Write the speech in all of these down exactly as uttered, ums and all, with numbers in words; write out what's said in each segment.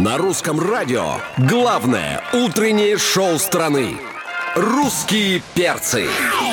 На русском радио главное утреннее шоу страны. «Русские перцы».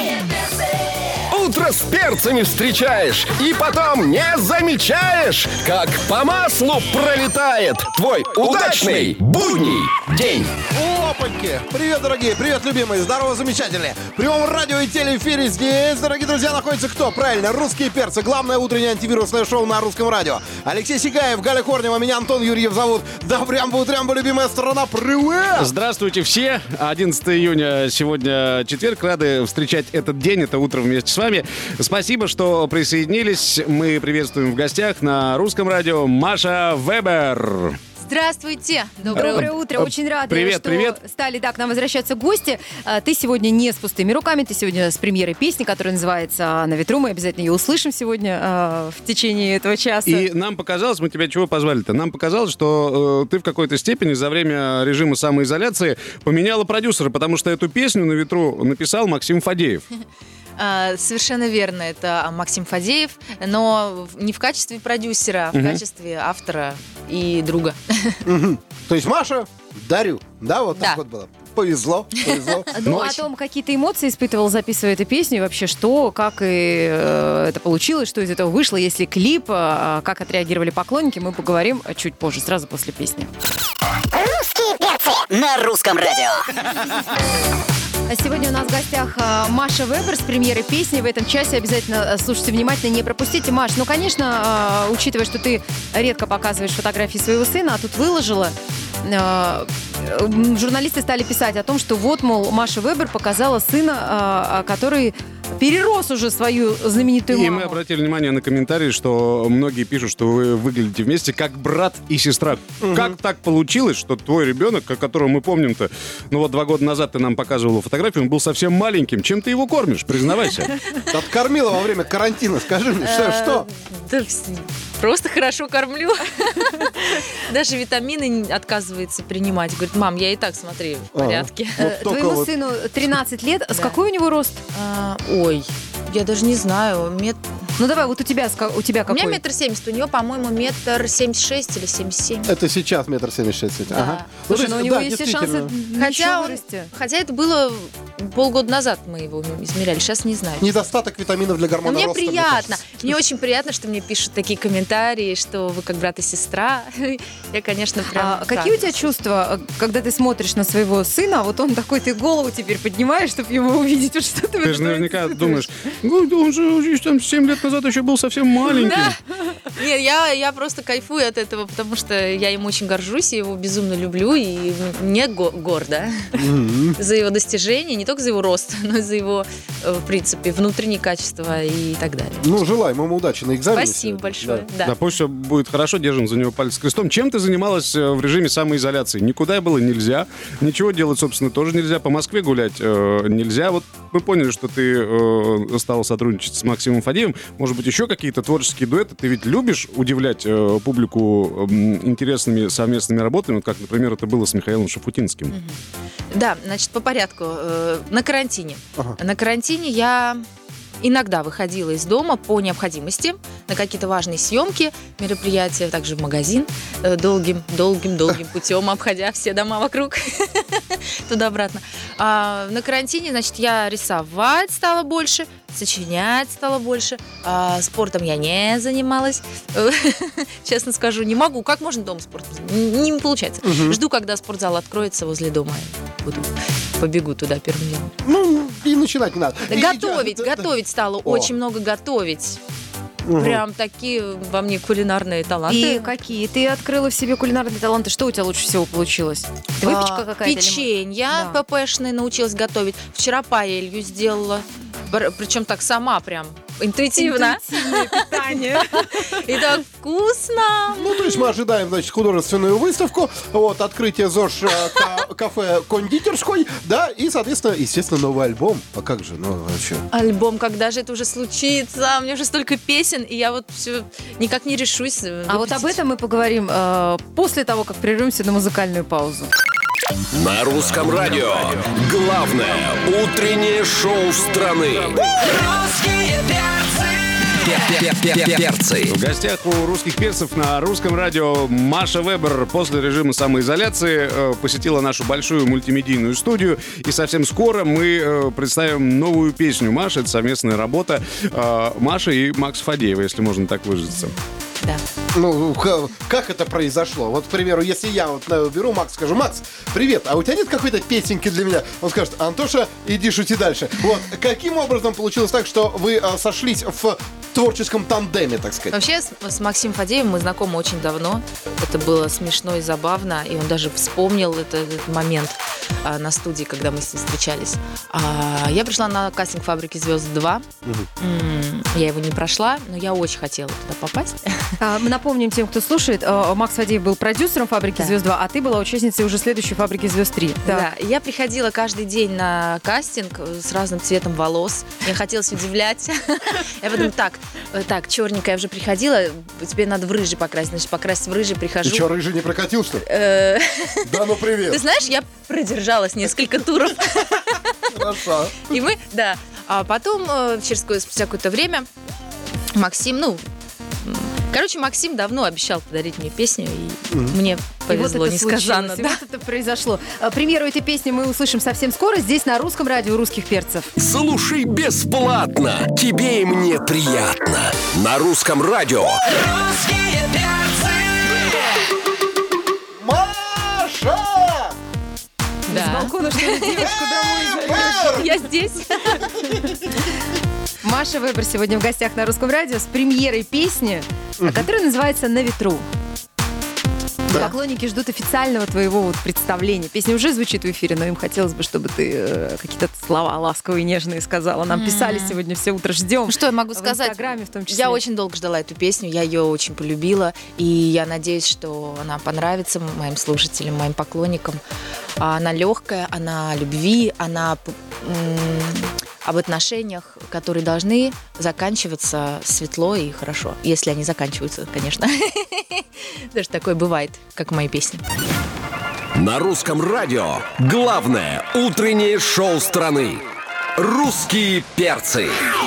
Утро с перцами встречаешь и потом не замечаешь, как по маслу пролетает твой удачный будний день. Опаньки! Привет, дорогие! Привет, любимые! Здорово, замечательные! В прямом радио и телеэфире здесь, дорогие друзья, находится кто? Правильно, «Русские перцы». Главное утреннее антивирусное шоу на русском радио. Алексей Сигаев, Галя Корнева, меня Антон Юрьев зовут. Да, прям бы, прям бы, любимая страна, привет! Здравствуйте все! одиннадцатого июня, сегодня четверг. Рады встречать этот день, это утро вместе с вами. Спасибо, что присоединились. Мы приветствуем в гостях на русском радио Маша Вебер. Здравствуйте! Доброе, Доброе утро! Очень рада, привет, что привет. стали да, к нам возвращаться гости. Ты сегодня не с пустыми руками, ты сегодня с премьерой песни, которая называется «На ветру». Мы обязательно ее услышим сегодня э, в течение этого часа. И нам показалось, мы тебя чего позвали-то? Нам показалось, что э, ты в какой-то степени за время режима самоизоляции поменяла продюсера, потому что эту песню «На ветру» написал Максим Фадеев. Совершенно верно, это Максим Фадеев, но не в качестве продюсера, а в uh-huh. качестве автора и друга. Uh-huh. То есть Маша, дарю, да, вот да. так вот было. Повезло, повезло. Ну, о том, какие ты эмоции испытывал, записывая эту песню, и вообще что, как и э, это получилось, что из этого вышло, если клип, э, как отреагировали поклонники, мы поговорим чуть позже, сразу после песни. Русские перцы на русском радио. Сегодня у нас в гостях Маша Вебер с премьерой песни. В этом часе обязательно слушайте внимательно, не пропустите. Маш, ну, конечно, учитывая, что ты редко показываешь фотографии своего сына, а тут выложила, журналисты стали писать о том, что вот, мол, Маша Вебер показала сына, который перерос уже свою знаменитую маму. И мы обратили внимание на комментарии, что многие пишут, что вы выглядите вместе как брат и сестра. Угу. Как так получилось, что твой ребенок, которого мы помним-то, ну вот два года назад ты нам показывала фотографию, он был совсем маленьким. Чем ты его кормишь? Признавайся. Откормила во время карантина, скажи мне, что? Просто хорошо кормлю. Даже витамины отказывается принимать. Говорит, мам, я и так, смотри, в порядке. Твоему сыну тринадцать лет. С какой у него рост? Ой, я даже не знаю. Мет... Ну давай, вот у тебя, у тебя какой? У меня метр семьдесят, у него, по-моему, метр семьдесят шесть или семьдесят семь. Это сейчас метр семьдесят шесть. Да. Ага. Слушай, ну, но у него да, есть шансы хотя, вырасти. Хотя это было полгода назад мы его измеряли, сейчас не знаю. Недостаток витаминов для гормона мне роста. Приятно. Мне, мне очень приятно, что мне пишут такие комментарии, что вы как брат и сестра. Я, конечно, прям... А какие у тебя чувства, когда ты смотришь на своего сына, вот он такой, ты голову теперь поднимаешь, чтобы его увидеть, вот что ты... Ты же наверняка думаешь, ну, он же там семь лет назад еще был совсем маленький. Да. Нет, я, я просто кайфую от этого, потому что я им очень горжусь, я его безумно люблю, и мне го- гордо mm-hmm. за его достижения, не только за его рост, но и за его, в принципе, внутренние качества и так далее. Ну, желаем ему удачи на экзамене. Спасибо большое. Да. Да. Да, пусть все будет хорошо, держим за него палец крестом. Чем ты занималась в режиме самоизоляции? Никуда было нельзя, ничего делать, собственно, тоже нельзя, по Москве гулять э, нельзя. Вот мы поняли, что ты э, стала сотрудничать с Максимом Фадеевым. Может быть, еще какие-то творческие дуэты? Ты ведь любишь удивлять э, публику э, интересными совместными работами, вот как, например, это было с Михаилом Шафутинским. Mm-hmm. Да, значит, по порядку. Э, на карантине. Ага. На карантине я иногда выходила из дома по необходимости на какие-то важные съемки, мероприятия, также в магазин э, долгим, долгим, долгим путем, обходя все дома вокруг, туда-обратно. А на карантине, значит, я рисовать стала больше, сочинять стало больше. А спортом я не занималась. Честно скажу, не могу. Как можно дома спортом заниматься? Не, не получается. Угу. Жду, когда спортзал откроется возле дома. Буду, побегу туда первым делом. Ну, и начинать не надо. Готовить, и, готовить стало. О. Очень много готовить. Угу. Прям такие во мне кулинарные таланты. И какие? Ты открыла в себе кулинарные таланты. Что у тебя лучше всего получилось? Выпечка а, какая-то? Печенье да. ппшное научилась готовить. Вчера паэлью сделала. Причем так сама прям. Интуитивно. Интуитивное питание. И так вкусно. Ну, то есть мы ожидаем, значит, художественную выставку, вот, открытие ЗОЖ кафе кондитерской, да, и, соответственно, естественно, новый альбом. А как же, ну, вообще? Альбом, когда же это уже случится? У меня уже столько песен, и я вот все никак не решусь. А вот об этом мы поговорим э, после того, как прервемся на музыкальную паузу. На русском радио главное утреннее шоу страны. Русские перцы. Перцы. В гостях у русских перцев на русском радио Маша Вебер после режима самоизоляции э, посетила нашу большую мультимедийную студию. И совсем скоро мы э, представим новую песню Маши. Это совместная работа э, Маши и Макса Фадеева, если можно так выразиться. Да. Ну, х- как это произошло? Вот, к примеру, если я вот э, беру Макс, скажу: Макс, привет, а у тебя нет какой-то песенки для меня? Он скажет: Антоша, иди шути дальше. Вот, каким образом получилось так, что вы э, сошлись в творческом тандеме, так сказать? Вообще, с, с Максимом Фадеевым мы знакомы очень давно. Это было смешно и забавно. И он даже вспомнил это- этот момент а, на студии, когда мы с ним встречались. А, я пришла на кастинг «Фабрики звезд два». М, Я его не прошла, но я очень хотела туда попасть. А, Мы напомним тем, кто слушает, э, Макс Фадеев был продюсером «Фабрики Да. звезд два», а ты была участницей уже следующей «Фабрики звезд три». Да, и я приходила каждый день на кастинг с разным цветом волос. Мне хотелось удивлять. Я потом так, э, так, черненькая, я уже приходила, тебе надо в рыжий покрасить. Значит, покрасить в рыжий Ты прихожу. что, рыжий не прокатил, что ли? Э, Да ну Ты привет. знаешь, я продержалась несколько туров. Хорошо. И мы, да. А потом, э, через какое- спустя какое-то время, Максим, ну, м, короче, Максим давно обещал подарить мне песню, и мне И вот повезло это несказанно. случилось, и Да. вот это произошло. А, Премьеру этой песни мы услышим совсем скоро здесь, на русском радио русских перцев. Слушай бесплатно. Тебе и мне приятно. На русском радио. Маша! С Да. балкона, что ли, девушку домой зовешь? Я здесь. Маша Вебер сегодня в гостях на русском радио с премьерой песни, которая называется «На ветру». Поклонники ждут официального твоего вот представления. Песня уже звучит в эфире, но им хотелось бы, чтобы ты э, какие-то слова ласковые, нежные сказала. Нам писали сегодня все утро, ждем. Ну, что я могу в сказать? Инстаграме в том числе. Я очень долго ждала эту песню, я ее очень полюбила, и я надеюсь, что она понравится моим слушателям, моим поклонникам. А Она легкая, она о любви, она п- м, об отношениях, которые должны заканчиваться светло и хорошо. Если они заканчиваются, конечно. Даже такое бывает, как в моей песне. На русском радио. Главное утреннее шоу страны. Русские перцы.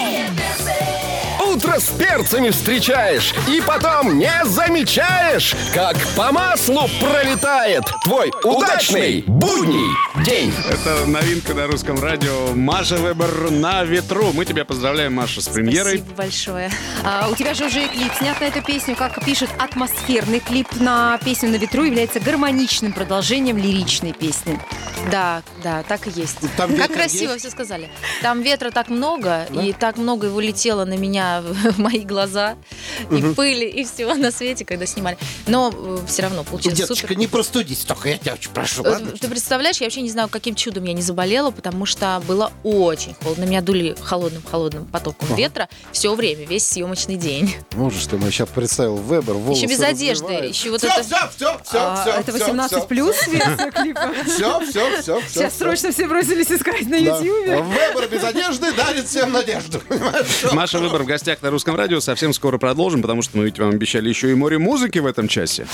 Утро с перцами встречаешь и потом не замечаешь, как по маслу пролетает твой удачный будний день. Это новинка на русском радио. Маша Вебер «На ветру». Мы тебя поздравляем, Маша, с премьерой. Спасибо большое. А, у тебя же уже и клип снят на эту песню. Как пишут, атмосферный клип на песню «На ветру» является гармоничным продолжением лиричной песни. Да, да, так и есть. Там Как ветер красиво есть? все сказали. Там ветра так много, и так много его летело на меня в мои глаза, и пыли, и всего на свете, когда снимали. Но все равно получилось Деточка, супер. не простудись, только я тебя очень прошу, Э, ладно? Ты представляешь, я вообще не знаю, каким чудом я не заболела, потому что было очень холодно. Меня дули холодным-холодным потоком ветра все время, весь съемочный день. Можешь ты, я сейчас представил Вебер, волосы Еще без одежды, развивает. еще вот Всё, это... всё, всё, всё, А, всё, это всё, восемнадцать всё. плюс версия клипа. Все, все, все, все. Сейчас срочно все бросились искать на Ютьюбе. Вебер без одежды дарит всем надежду. Понимаешь? Маша Вебер в гостях на русском радио. Совсем скоро продолжим, потому что мы ведь вам обещали еще и море музыки в этом часе.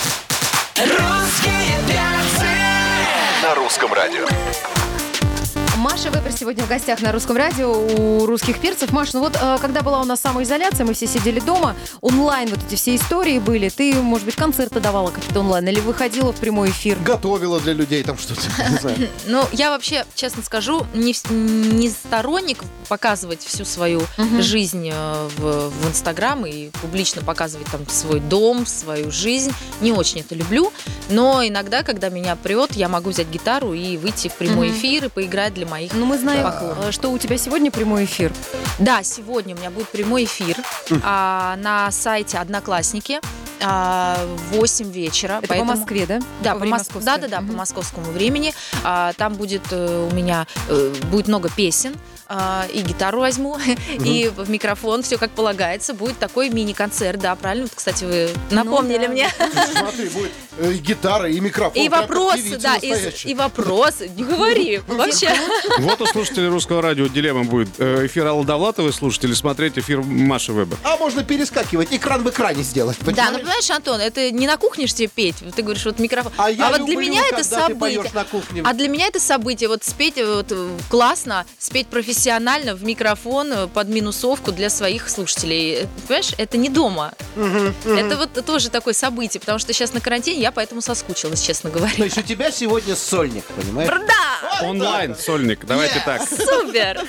На русском радио. Маша Вебер сегодня в гостях на русском радио у русских перцев. Маш, ну вот э, когда была у нас самоизоляция, мы все сидели дома, онлайн вот эти все истории были. Ты, может быть, концерты давала какие-то онлайн или выходила в прямой эфир? Готовила для людей там что-то. Не знаю. Ну, я вообще, честно скажу, не, в- не сторонник показывать всю свою жизнь э, в, в Инстаграм и публично показывать там свой дом, свою жизнь. Не очень это люблю, но иногда, когда меня прет, я могу взять гитару и выйти в прямой Мгм. эфир и поиграть для моих Ну, мы знаем, поклонников. э, что у тебя сегодня прямой эфир. Да, сегодня у меня будет прямой эфир а, на сайте Одноклассники а, в восемь вечера. Это поэтому- по Москве, да? Да, По по времени мос- московскому. да, да, да, Мгм. по московскому времени. А, там будет э, у меня э, будет много песен. а, И гитару возьму, и в микрофон, все как полагается. Будет такой мини-концерт, да, правильно? Вот, кстати, вы напомнили да. мне. Смотри, будет э, и гитара, и микрофон. И прям как вопросы, певица да, и, настоящая. и вопросы. Не говори, вообще. Вот у слушателей русского радио дилемма будет. Э, Эфир Аллы Довлатовой слушать или смотреть эфир Маши Вебер. А можно перескакивать, экран в экране сделать. Да, ну понимаешь? понимаешь, Антон, это не на кухне ж тебе петь. Ты говоришь, вот микрофон. А, я вот люблю, для меня это когда ты событие. поешь на кухне. А для меня это событие. Вот спеть вот, классно, спеть профессионально в микрофон под минусовку для своих слушателей. Понимаешь, это не дома. Это вот тоже такое событие, потому что сейчас на карантине, я поэтому соскучилась, честно говоря. То есть у тебя сегодня сольник, понимаешь? Да! Онлайн, сольник, давайте Yes. так. Супер!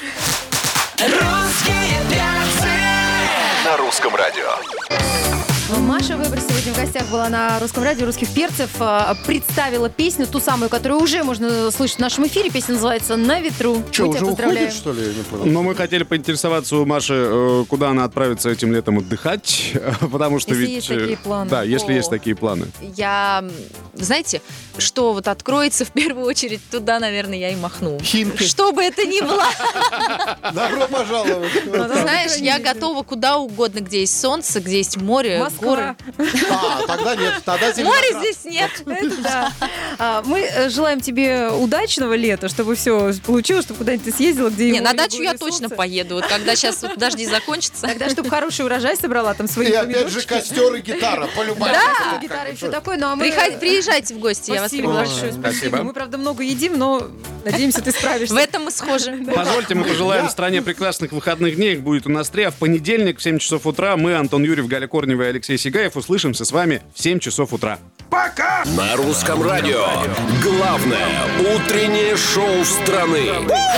На русском радио. Маша Вебер сегодня в гостях была на Русском радио «Русских перцев». а, Представила песню, ту самую, которую уже можно слышать в нашем эфире. Песня называется «На ветру». Что, Мы уже тебя поздравляем. уходит, что ли? Я не понял. Но мы хотели поинтересоваться у Маши, э, куда она отправится этим летом отдыхать, потому что Если ведь... есть такие планы. Да, если О. есть такие планы. Я, знаете, что вот откроется в первую очередь, туда, наверное, я и махну. Химки. Что бы это ни было. Добро пожаловать. Знаешь, я готова куда угодно, где есть солнце, где есть море, горы. Москва. А, тогда нет, тогда Моря Зеленоград. здесь нет. Это да. А, Мы э, желаем тебе удачного лета, чтобы все получилось, чтобы куда-нибудь ты съездила, где Не, и на море, дачу горы, я и точно солнце. поеду. Вот когда сейчас вот дожди закончатся. Тогда, чтобы хороший урожай собрала, там свои И опять же помидорчики. костер и гитара, полюбать. Да, гитара и все такое. Ну, а мы... Приходи- Приезжайте в гости, я вас Спасибо приглашу. большое, спасибо. Спасибо. Мы, правда, много едим, но надеемся, ты справишься. В этом мы схожи. Позвольте, мы пожелаем стране прекрасных выходных дней. Их будет у нас три. А в понедельник в семь часов утра мы, Антон Юрьев, Галя Корнева и Алексей Сигаев, услышимся с вами в семь часов утра. На русском радио. Главное утреннее шоу страны.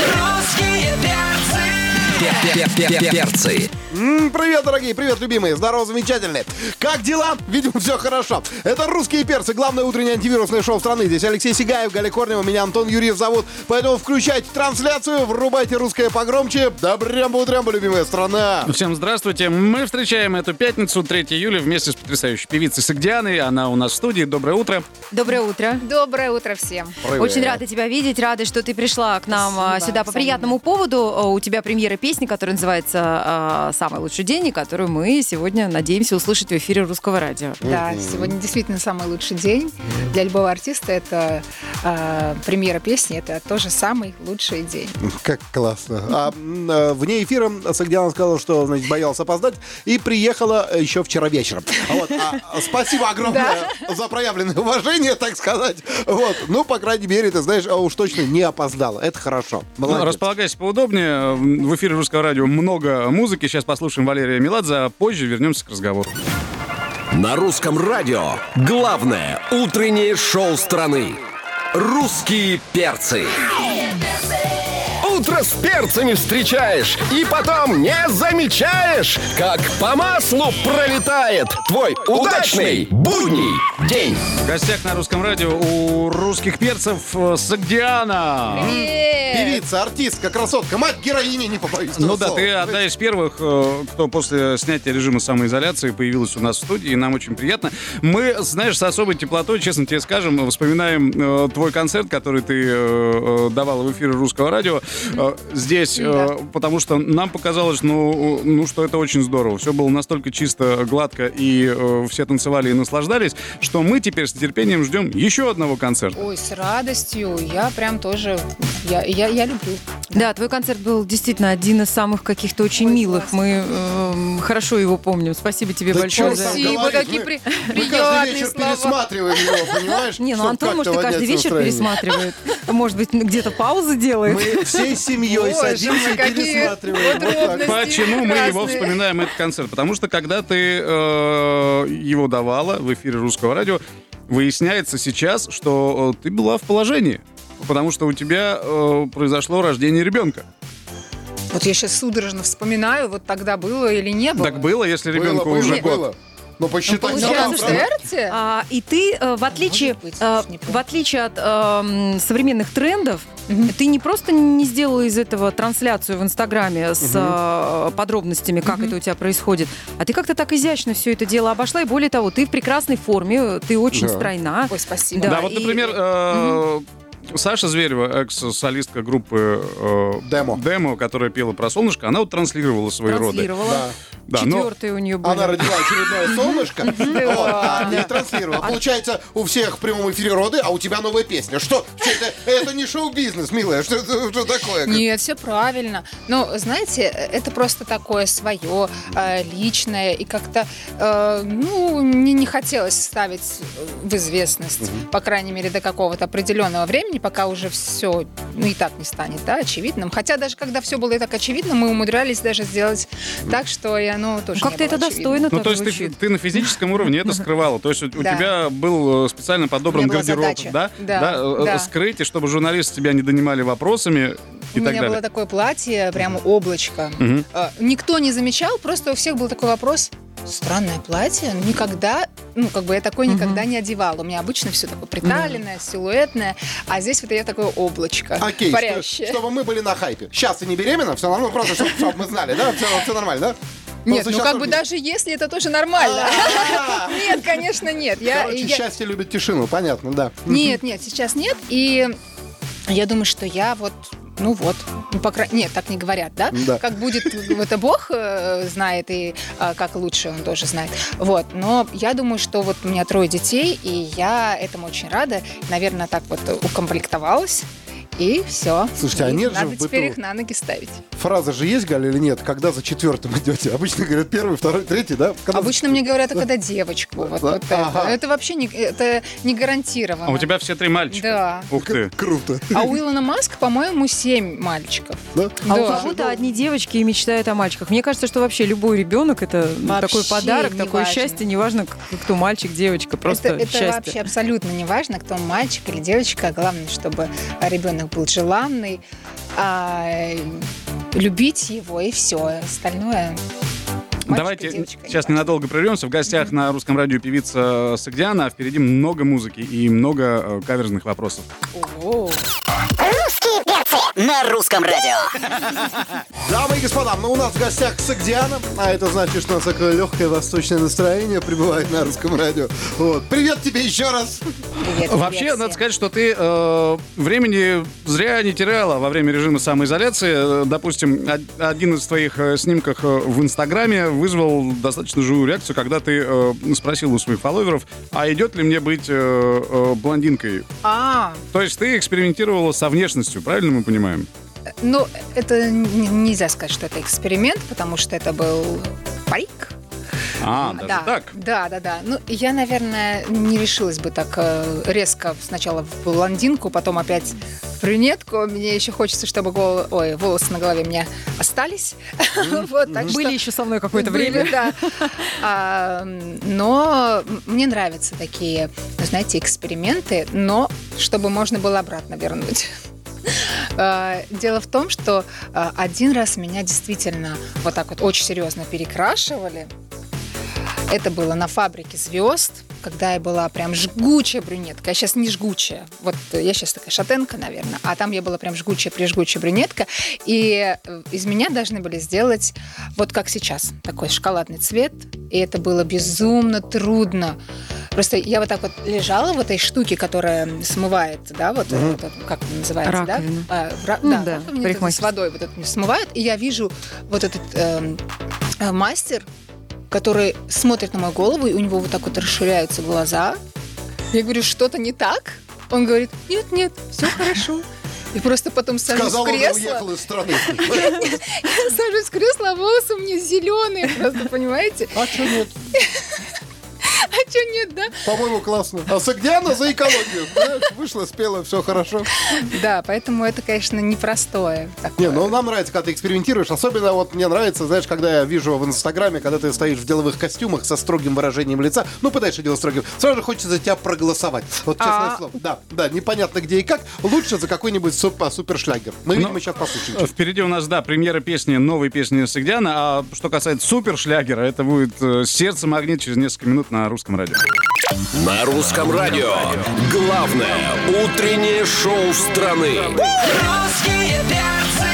Перцы. М, Привет, дорогие, привет, любимые, здорово, замечательные. Как дела? Видимо, все хорошо. Это «Русские перцы», главное утреннее антивирусное шоу страны. Здесь Алексей Сигаев, Галя Корнева, меня Антон Юрьев зовут. Поэтому включайте трансляцию, врубайте русское погромче. Добрямба-утрямба, любимая страна. Всем здравствуйте. Мы встречаем эту пятницу, третьего июля, вместе с потрясающей певицей Сагдианой. Она у нас в студии. Доброе утро. Доброе утро. Доброе утро всем. Очень рада тебя видеть, рада, что ты пришла к нам а, Спасибо, сюда по приятному поводу. А, У тебя премьера песни, которая называется а, «Самый лучший день», и которую мы сегодня надеемся услышать в эфире Русского радио. Да, сегодня действительно самый лучший день. Для любого артиста это э, премьера песни, это тоже самый лучший день. Как классно. А, м, э, вне эфира Сагдиана сказала, что, значит, боялся опоздать, и приехала еще вчера вечером. Вот, а, спасибо огромное за проявленное уважение, так сказать. Вот. Ну, по крайней мере, ты знаешь, а уж точно не опоздала. Это хорошо. Ну, Молодец. располагайся поудобнее. В эфире Русского радио много музыки. Сейчас послушаем Валерия Меладзе, а позже вернемся к разговору. На русском радио. Главное утреннее шоу страны. «Русские перцы». Утро с перцами встречаешь и потом не замечаешь, как по маслу пролетает твой удачный будний день. В гостях на Русском радио у русских перцев э, Сагдиана. Певица, артистка, красотка, мать героини, не побоюсь. Ну этого да, слова. ты одна из первых, э, кто после снятия режима самоизоляции появилась у нас в студии, и нам очень приятно. Мы, знаешь, с особой теплотой, честно тебе скажем, вспоминаем э, твой концерт, который ты э, э, давала в эфире Русского радио э, здесь, э, потому что нам показалось, ну, ну, что это очень здорово. Все было настолько чисто, гладко, и э, все танцевали и наслаждались, что мы теперь с нетерпением ждем еще одного концерта. Ой, с радостью. Я прям тоже, я, я, я люблю. Да, твой концерт был действительно один из самых каких-то очень Ой, милых. классно. Мы эм, хорошо его помним. Спасибо тебе Да большое чё за там это. Спасибо, говорить? какие Мы- при- Мы каждый приятные вечер слова. пересматриваем его, понимаешь? Не, ну Чтоб Антон, как-то может, и каждый поднять вечер настроение. пересматривает. Может быть, где-то паузы делает. Мы всей семьей Боже садимся мой, и какие пересматриваем. Вот так. подробности. Почему мы его прекрасные. вспоминаем, этот концерт? Потому что когда ты э, его давала в эфире Русского радио, выясняется сейчас, что э, ты была в положении. Потому что у тебя э, произошло рождение ребенка. Вот я сейчас судорожно вспоминаю, вот тогда было или не было. Так было, если ребенку Было, уже было, год. было. Ну, посчитай. Получается, сам, что правда? РТ? А, и ты, э, в отличие, быть, э, уж не помню. в отличие от эм, современных трендов, ты не просто не сделала из этого трансляцию в Инстаграме с э, подробностями, как это у тебя происходит, а ты как-то так изящно все это дело обошла. И более того, ты в прекрасной форме, ты очень Да. стройна. Ой, спасибо. Да, Да, вот, и- например, э, Саша Зверева, экс-солистка группы э, Демо. Демо, которая пела про солнышко, она вот транслировала свои роды. Транслировала. Да. Да, но Четвертые у нее были. Она родила очередное солнышко вот, а, и транслировала. Получается, у всех в прямом эфире роды, а у тебя новая песня. Что? Что это, это не шоу-бизнес, милая. Что, это- что такое? Нет, все правильно. Но, знаете, это просто такое свое, э, личное. И как-то, э, ну, мне не хотелось ставить в известность, по крайней мере, до какого-то определенного времени, пока уже все, ну, и так не станет, да, очевидным. Хотя даже когда все было и так очевидно, мы умудрялись даже сделать так, что и оно тоже Ну, как-то не было это очевидно. достойно Ну, так то есть ты, звучит. ты на физическом уровне это скрывала. То есть у, у Да. тебя был э, специально подобран У меня была гардероб, задача. да? Да, э, да. Скрыть, и чтобы журналисты тебя не донимали вопросами и У так меня далее. было такое платье, прямо облачко. Мгм. Э, Никто не замечал, просто у всех был такой вопрос. Странное платье, никогда, ну, как бы я такое никогда не одевала. У меня обычно все такое приталенное, силуэтное, а здесь вот я такое облачко Окей, что- парящее. чтобы мы были на хайпе. Сейчас ты не беременна, все нормально, просто чтобы, чтобы мы знали, да? Все, все нормально, да? Нет, Просто ну щас как бы тоже- даже если это тоже нормально. Нет, конечно, нет. Я, Короче, я- счастье любит тишину, понятно, да. Нет, нет, сейчас нет. И я думаю, что я вот, ну вот, ну, по крайней нет, так не говорят, да? Да. Как будет, это Бог э, знает, и а, как лучше он тоже знает. Вот, но я думаю, что вот у меня трое детей, и я этому очень рада. Наверное, так вот укомплектовалась. И все. Слушайте, а нет же надо в быту- теперь их на ноги ставить. Фраза же есть, Галя, или нет? Когда за четвертым идете? Обычно говорят первый, второй, третий, да? Когда за Обычно мне говорят, а когда девочку. Вот, вот это. Ага. Это вообще не, это не гарантированно. А у тебя все три мальчика? Да. Ух ты. К- Круто. А у Илона Маска, по-моему, семь мальчиков. Да? А у Да. кого-то одни девочки и мечтают о мальчиках. Мне кажется, что вообще любой ребенок это Вообще такой подарок, не такое важно. счастье, неважно, к- кто мальчик, девочка, просто это, это счастье. вообще абсолютно не важно, кто мальчик или девочка. А главное, чтобы ребенок был желанный, а, любить его и все. Остальное. Мальчик Давайте и девочка, сейчас не ненадолго прервемся. В гостях на русском радио певица Согдиана, а впереди много музыки и много э, каверзных вопросов. важно. О. Русские перцы на русском радио. Дамы и господа, ну у нас в гостях Согдиана, а это значит, что у нас такое легкое восточное настроение пребывает на русском радио. Вот. Привет тебе еще раз. Привет, привет Вообще, всем. надо сказать, что ты э, времени зря не теряла во время режима самоизоляции. Э, Допустим, од- один из твоих э, снимков э, в Инстаграме вызвал достаточно живую реакцию, когда ты э, спросил у своих фолловеров, а идет ли мне быть э, э, блондинкой? А, То есть ты экспериментировала со внешностью, правильно мы понимаем? ну, это н- нельзя сказать, что это эксперимент, потому что это был парик. А, даже да, так? Да, да, да. Ну, я, наверное, не решилась бы так э, резко сначала в блондинку, потом опять в брюнетку. Мне еще хочется, чтобы гол... Ой, волосы на голове у меня остались. Вот, так Были что- еще со мной какое-то Были, время. да. А, но мне нравятся такие, знаете, эксперименты, но чтобы можно было обратно вернуть. А, Дело в том, что а, один раз меня действительно вот так вот очень серьезно перекрашивали. Это было на фабрике звезд, когда я была прям жгучая брюнетка. Я сейчас не жгучая. Вот я сейчас такая шатенка, наверное. А там я была прям жгучая-прижгучая брюнетка. И э, из меня должны были сделать вот как сейчас. Такой шоколадный цвет. И это было безумно трудно. Просто я вот так вот лежала в этой штуке, которая смывает, да, вот, вот это, как это называется, Раковина. да? А, ра- Ну да, да, раковина, это с парикмахерская. водой вот это смывает. И я вижу вот этот эм, э, мастер, который смотрит на мою голову, и у него вот так вот расширяются глаза. Я говорю, что-то не так? Он говорит, нет, нет, все хорошо. И просто потом сажусь Сказал в он и кресло. уехал из страны. Я сажусь в кресло, а волосы у меня зеленые, просто, понимаете? А что нет? А что нет, да? По-моему, классно. А Согдиана за экологию. Понимаешь, вышла, спела, все хорошо. Да, поэтому это, конечно, непростое. такое. Не, ну нам нравится, когда ты экспериментируешь. Особенно вот мне нравится, знаешь, когда я вижу в Инстаграме, когда ты стоишь в деловых костюмах со строгим выражением лица, ну, пытаешься делать строгим, сразу же хочется за тебя проголосовать. Вот честное А. слово. Да, да, непонятно где и как. Лучше за какой-нибудь суп- супершлягер. Мы, видимо, сейчас послушаем. Впереди у нас, да, премьера песни, новой песни Согдиана. А что касается супершлягера, это будет э, «Сердце магнит» через несколько минут на русском радио. На русском радио. Главное утреннее шоу страны. Русские перцы.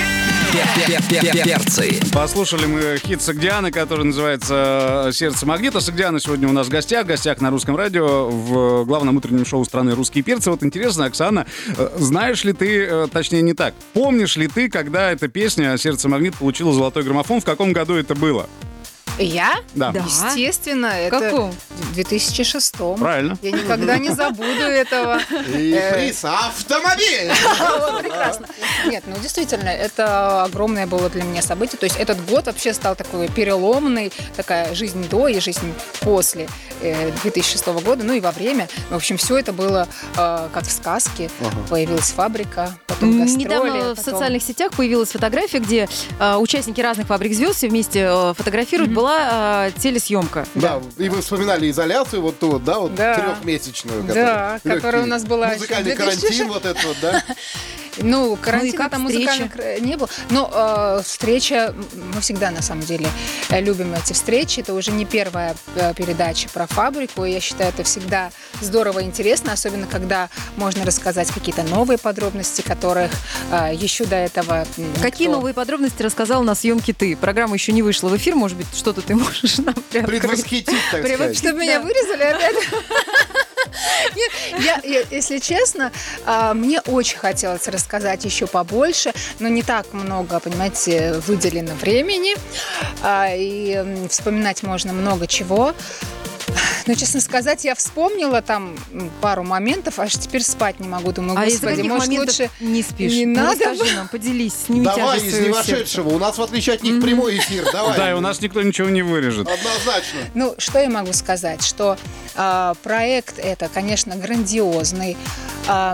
Перцы. Послушали мы хит Согдианы, который называется «Сердце магнита». Согдиана сегодня у нас в гостях, в гостях на Русском радио, в главном утреннем шоу страны «Русские перцы». Вот интересно, Оксана, знаешь ли ты, точнее не так, помнишь ли ты, когда эта песня «Сердце магнит» получила золотой граммофон, в каком году это было? Я? Да. Да. Естественно, В это каком? в две тысячи шестом. Правильно. Я никогда не забуду этого. И Э, приз автомобиль! Вот, прекрасно. Нет, ну действительно, это огромное было для меня событие. То есть этот год вообще стал такой переломный, такая жизнь до и жизнь после э, две тысячи шестого года, ну и во время. В общем, все это было э, как в сказке. Появилась фабрика, потом гастроли. Недавно в потом- социальных сетях появилась фотография, где э, участники разных фабрик звезд все вместе э, фотографируют. Была э, телесъемка. Да, и вы вспоминали изоляцию вот ту, вот, да, вот Да. трехмесячную. Да, которая у нас была еще Музыкальный в две тысячи карантин вот этот вот, да? Ну, карантина как там встреча? музыкальных э, не было. Но э, встреча, м, мы всегда на самом деле э, любим эти встречи. Это уже не первая э, передача про фабрику. И я считаю, это всегда здорово и интересно, особенно когда можно рассказать какие-то новые подробности, которых э, еще до этого никто... Какие новые подробности рассказал на съемке ты? Программа еще не вышла в эфир, может быть, что-то ты можешь нам приоткрыть? Предвосхитить, так Привет, сказать. Чтобы меня вырезали опять? Нет, я, я, если честно, а, мне очень хотелось рассказать еще побольше, но не так много, понимаете, выделено времени. А, и м, вспоминать можно много чего. Но, честно сказать, я вспомнила там м, пару моментов, аж теперь спать не могу. Думаю, А из-за господи, каких может, моментов лучше... не спишь? не Ну, надо расскажи нам, поделись, сними Давай тяжесть из своего не сердца. вошедшего. У нас, в отличие от них, прямой эфир. Давай. Да, и у нас никто ничего не вырежет. Однозначно. Ну, что я могу сказать? Что а, проект это, конечно, грандиозный. А,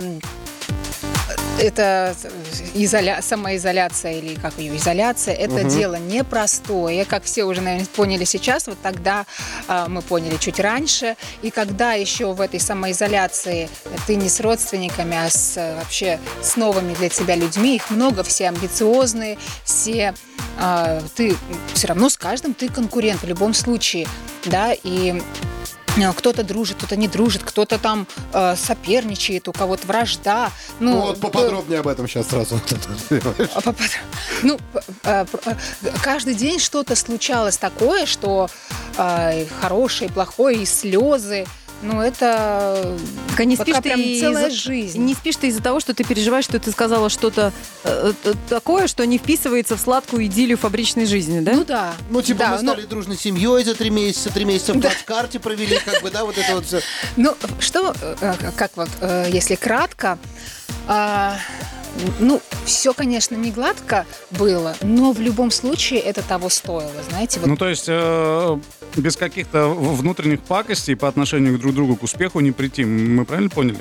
это изоля... самоизоляция или как ее изоляция, это Мгм. дело непростое, как все уже, наверное, поняли сейчас, вот тогда а, мы поняли чуть раньше, и когда еще в этой самоизоляции ты не с родственниками, а с, вообще с новыми для тебя людьми, их много, все амбициозные, все а, ты все равно с каждым ты конкурент в любом случае, да, и э, кто-то дружит, кто-то не дружит, кто-то там э, соперничает, у кого-то вражда. Ну, Ну вот поподробнее об этом сейчас сразу. а попад- Ну, э, э, каждый день что-то случалось такое, что э, хорошее, плохое, и слезы. Ну, это Так а не пока спишь ты прям целая из-за- жизнь. Не спишь ты из-за того, что ты переживаешь, что ты сказала что-то э, э, такое, что не вписывается в сладкую идиллию фабричной жизни, да? Ну да. Ну, типа, Да, мы ну- стали дружной семьей за три месяца, три месяца в плацкарте провели, как бы, да, вот это вот все. Ну, что, э, как вот, э, если кратко, а, ну, все, конечно, не гладко было, но в любом случае это того стоило, знаете. Вот Ну, то есть э, без каких-то в- внутренних пакостей по отношению друг к другу к успеху не прийти. Мы правильно поняли?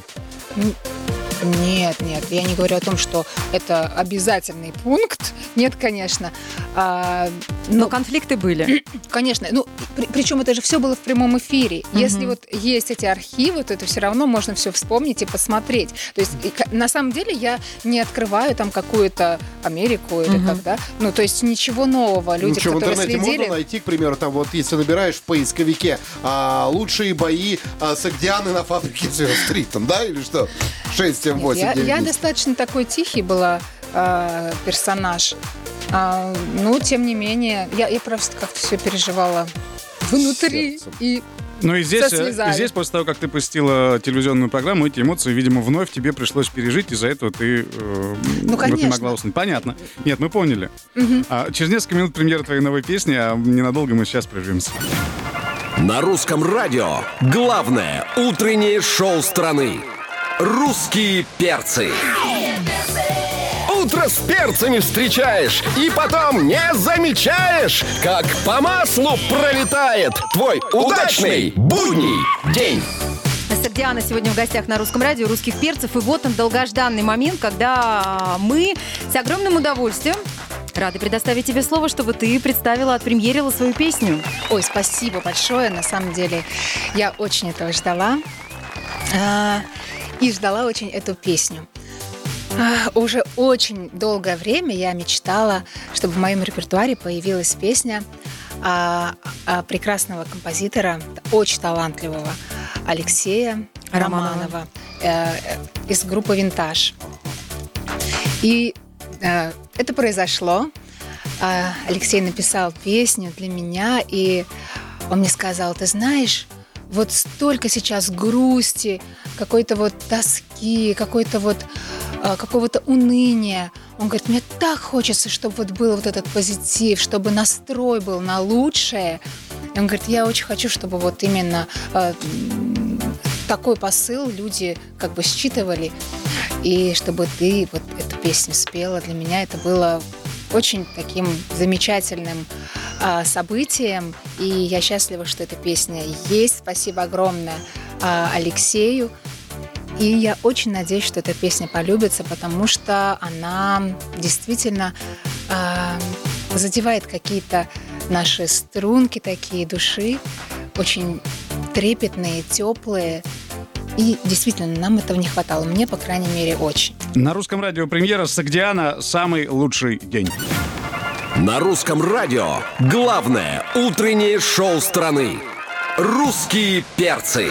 Нет, нет, я не говорю о том, что это обязательный пункт. Нет, конечно. А, Но ну, конфликты были. конечно. Ну, при- причем это же все было в прямом эфире. Мгм. Если вот есть эти архивы, то это все равно можно все вспомнить и посмотреть. То есть, и ка- на самом деле, я не открываю там какую-то Америку или Мгм. как, да. Ну, то есть ничего нового. Люди, Ну что, в которые интернете следили. можно найти, к примеру, там вот, если набираешь в поисковике а, лучшие бои а, Согдианы на фабрике звезд, там, да, или что? шесть, семь, Нет, восемь, я, девять, я десять. достаточно такой тихий была э, персонаж. А, ну, тем не менее, я, я просто как-то все переживала внутри. Сердцем. И Ну и здесь, Со э, слезами. здесь, после того, как ты посетила телевизионную программу, эти эмоции, видимо, вновь тебе пришлось пережить, из-за этого ты э, Ну, вот не конечно. могла уснуть. Понятно. Нет, мы поняли. А, через несколько минут премьера твоей новой песни, а ненадолго мы сейчас прервемся. На русском радио главное утреннее шоу страны. Русские перцы. Утро с перцами встречаешь и потом не замечаешь, как по маслу пролетает твой удачный будний день. Согдиана сегодня в гостях на Русском радио «Русских перцев». И вот он, долгожданный момент, когда мы с огромным удовольствием рады предоставить тебе слово, чтобы ты представила, отпремьерила свою песню. Ой, спасибо большое. На самом деле, я очень этого ждала. А, и ждала очень эту песню. А, уже очень долгое время я мечтала, чтобы в моем репертуаре появилась песня а, а, прекрасного композитора, очень талантливого Алексея Романова. Романова э, э, из группы «Винтаж». И Это произошло. Алексей написал песню для меня, и он мне сказал: ты знаешь, вот столько сейчас грусти, какой-то вот тоски, какой-то вот какого-то уныния. Он говорит, мне так хочется, чтобы вот был вот этот позитив, чтобы настрой был на лучшее. И он говорит, я очень хочу, чтобы вот именно э, такой посыл люди как бы считывали, и чтобы ты вот эту песню спела. Для меня это было очень таким замечательным э, событием, и я счастлива, что эта песня есть. Спасибо огромное э, Алексею. И я очень надеюсь, что эта песня полюбится, потому что она действительно э, задевает какие-то наши струнки такие души, очень трепетные, теплые. И действительно, нам этого не хватало. Мне, по крайней мере, очень. На русском радио премьера «Согдиана. Самый лучший день». На русском радио главное утреннее шоу страны. «Русские перцы».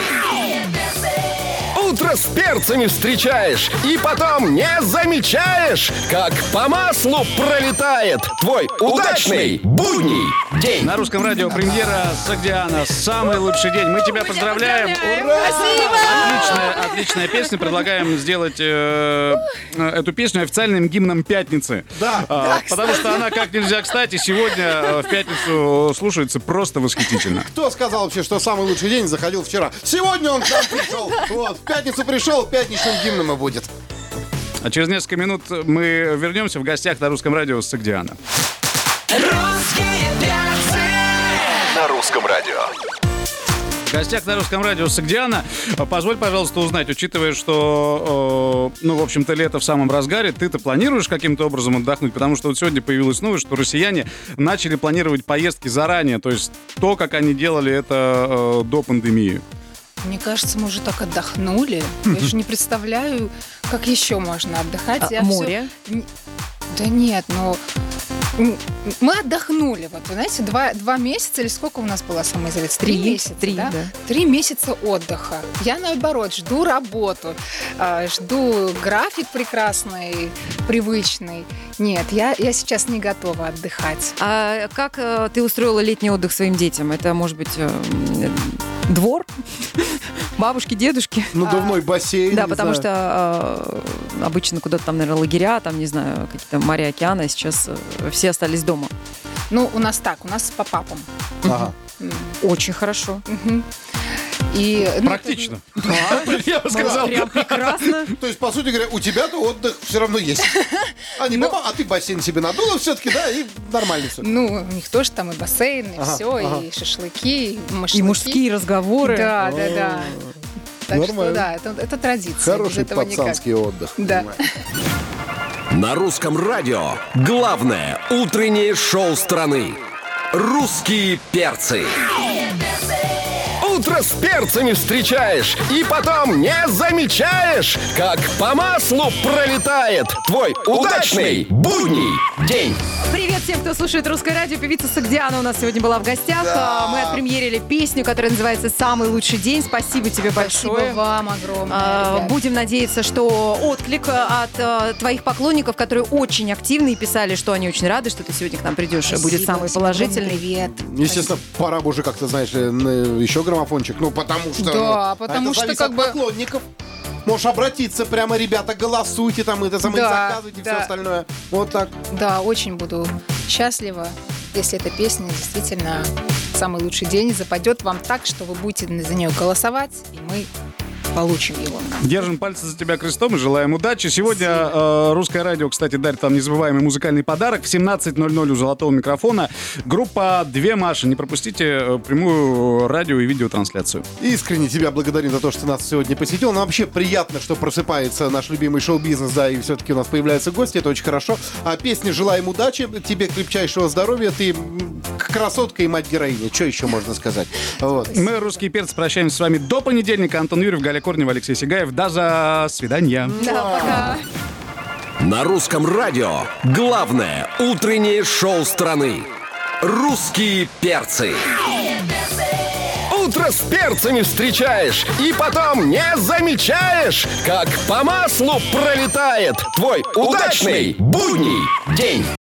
Утро с перцами встречаешь и потом не замечаешь, как по маслу пролетает твой удачный будний день. На русском радио премьера «Согдиана. Самый лучший день». Мы тебя поздравляем. Ура! Спасибо! Отличная, отличная песня. Предлагаем сделать э, эту песню официальным гимном пятницы. Да. А, Да, потому что она как нельзя кстати сегодня э, в пятницу слушается просто восхитительно. Кто сказал вообще, что самый лучший день заходил вчера? Сегодня он к нам пришел. Вот, в пятницу пришел, пятничным гимном и будет. А через несколько минут мы вернемся в гостях на русском радио с Согдиана. На русском радио. В гостях на русском радио Согдиана. Позволь, пожалуйста, узнать, учитывая, что, э, ну, в общем-то, лето в самом разгаре, ты-то планируешь каким-то образом отдохнуть? Потому что вот сегодня появилась новость, что россияне начали планировать поездки заранее, то есть то, как они делали это э, до пандемии. Мне кажется, мы уже так отдохнули. Я же не представляю, как еще можно отдыхать. А, Я море? всё- Да нет, ну... м, Мы отдохнули, вот, вы знаете, два, два месяца или сколько у нас была самоизоляция? Три, Три, месяца, три, да? да. Три месяца отдыха. Я, наоборот, жду работу, а, жду график прекрасный, привычный. Нет, я, я сейчас не готова отдыхать. А как э, ты устроила летний отдых своим детям? Это, может быть, э, двор? Бабушки, дедушки? Надувной бассейн. Да, не потому знаю. что э, обычно куда-то там, наверное, лагеря, там, не знаю, какие-то моря, океаны, сейчас э, все остались дома. Ну, у нас так, у нас по папам. Ага. Очень хорошо. Мгм. И, ну, Практично. Я бы сказал. Прям прекрасно. То есть, по сути говоря, у тебя-то отдых все равно есть. А, не папа, а ты бассейн себе надула все-таки, да, и нормально все. Ну, у них тоже там и бассейн, и Ага, все, ага. и шашлыки, и машлыки. И мужские разговоры. Да, да, да. Так Нормально. что да, это, это традиция. без Хороший этого никак. пацанский отдых. Да. понимаешь. На русском радио главное утреннее шоу страны. «Русские перцы». Утро с перцами встречаешь и потом не замечаешь, как по маслу пролетает твой удачный будний день. Привет всем, кто слушает русское радио. Певица Согдиана у нас сегодня была в гостях. Да. А, Мы отпремьерили песню, которая называется «Самый лучший день». Спасибо тебе Спасибо большое. вам огромное. А, ребят. Будем надеяться, что отклик от а, твоих поклонников, которые очень активны и писали, что они очень рады, что ты сегодня к нам придешь, Спасибо, будет самый всем положительный. огромный Привет. Естественно, пора бы уже как-то, знаешь, ли, на- еще граммофончик. Ну, потому что... Да, ну, потому это что зависит как от бы- поклонников. Можешь обратиться прямо, ребята, голосуйте там, это самое, Да, заказывайте да. все остальное. Вот так. Да, очень буду счастлива, если эта песня действительно самый лучший день западет вам так, что вы будете за нее голосовать, и мы получим его. Держим пальцы за тебя крестом и желаем удачи. Сегодня э, русское радио, кстати, дарит вам незабываемый музыкальный подарок. В семнадцать ноль ноль у золотого микрофона группа «Две Маши». Не пропустите э, прямую радио и видеотрансляцию. Искренне тебя благодарим за то, что ты нас сегодня посетил. Нам вообще приятно, что просыпается наш любимый шоу-бизнес, да, и все-таки у нас появляются гости, это очень хорошо. А песни «Желаем удачи», тебе крепчайшего здоровья, ты м, красотка и мать-героиня. Что еще можно сказать? Вот. Мы, русские перцы, прощаемся с вами до понедельника. Антон Юрьев, Галя Корнева, Алексей Сигаев. До за свидания. Да, пока. На русском радио главное утреннее шоу страны. «Русские перцы». утро с перцами встречаешь и потом не замечаешь, как по маслу пролетает твой удачный будний день.